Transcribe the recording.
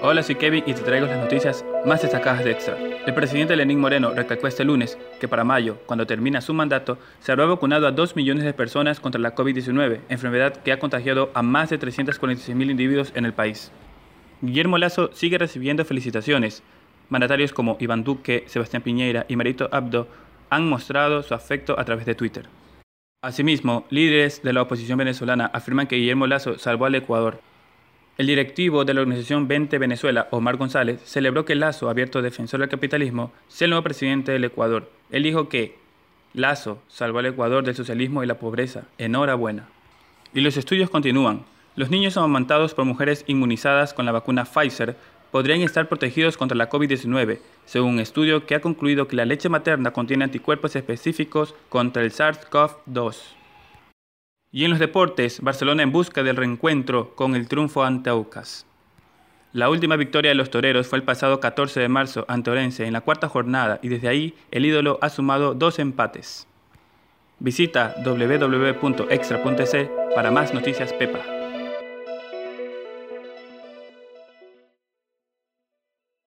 Hola, soy Kevin y te traigo las noticias más destacadas de Extra. El presidente Lenín Moreno recalcó este lunes que para mayo, cuando termina su mandato, se habrá vacunado a 2 millones de personas contra la COVID-19, enfermedad que ha contagiado a más de 346.000 individuos en el país. Guillermo Lasso sigue recibiendo felicitaciones. Mandatarios como Iván Duque, Sebastián Piñera y Merito Abdo han mostrado su afecto a través de Twitter. Asimismo, líderes de la oposición venezolana afirman que Guillermo Lasso salvó al Ecuador. El directivo de la organización Vente Venezuela, Omar González, celebró que Lasso, abierto defensor del capitalismo, sea el nuevo presidente del Ecuador. Él dijo que Lasso salvó al Ecuador del socialismo y la pobreza. Enhorabuena. Y los estudios continúan. Los niños amamantados por mujeres inmunizadas con la vacuna Pfizer podrían estar protegidos contra la COVID-19, según un estudio que ha concluido que la leche materna contiene anticuerpos específicos contra el SARS-CoV-2. Y en los deportes, Barcelona en busca del reencuentro con el triunfo ante Aucas. La última victoria de los toreros fue el pasado 14 de marzo ante Orense en la cuarta jornada y desde ahí el ídolo ha sumado 2 empates. Visita www.extra.es para más noticias Pepa.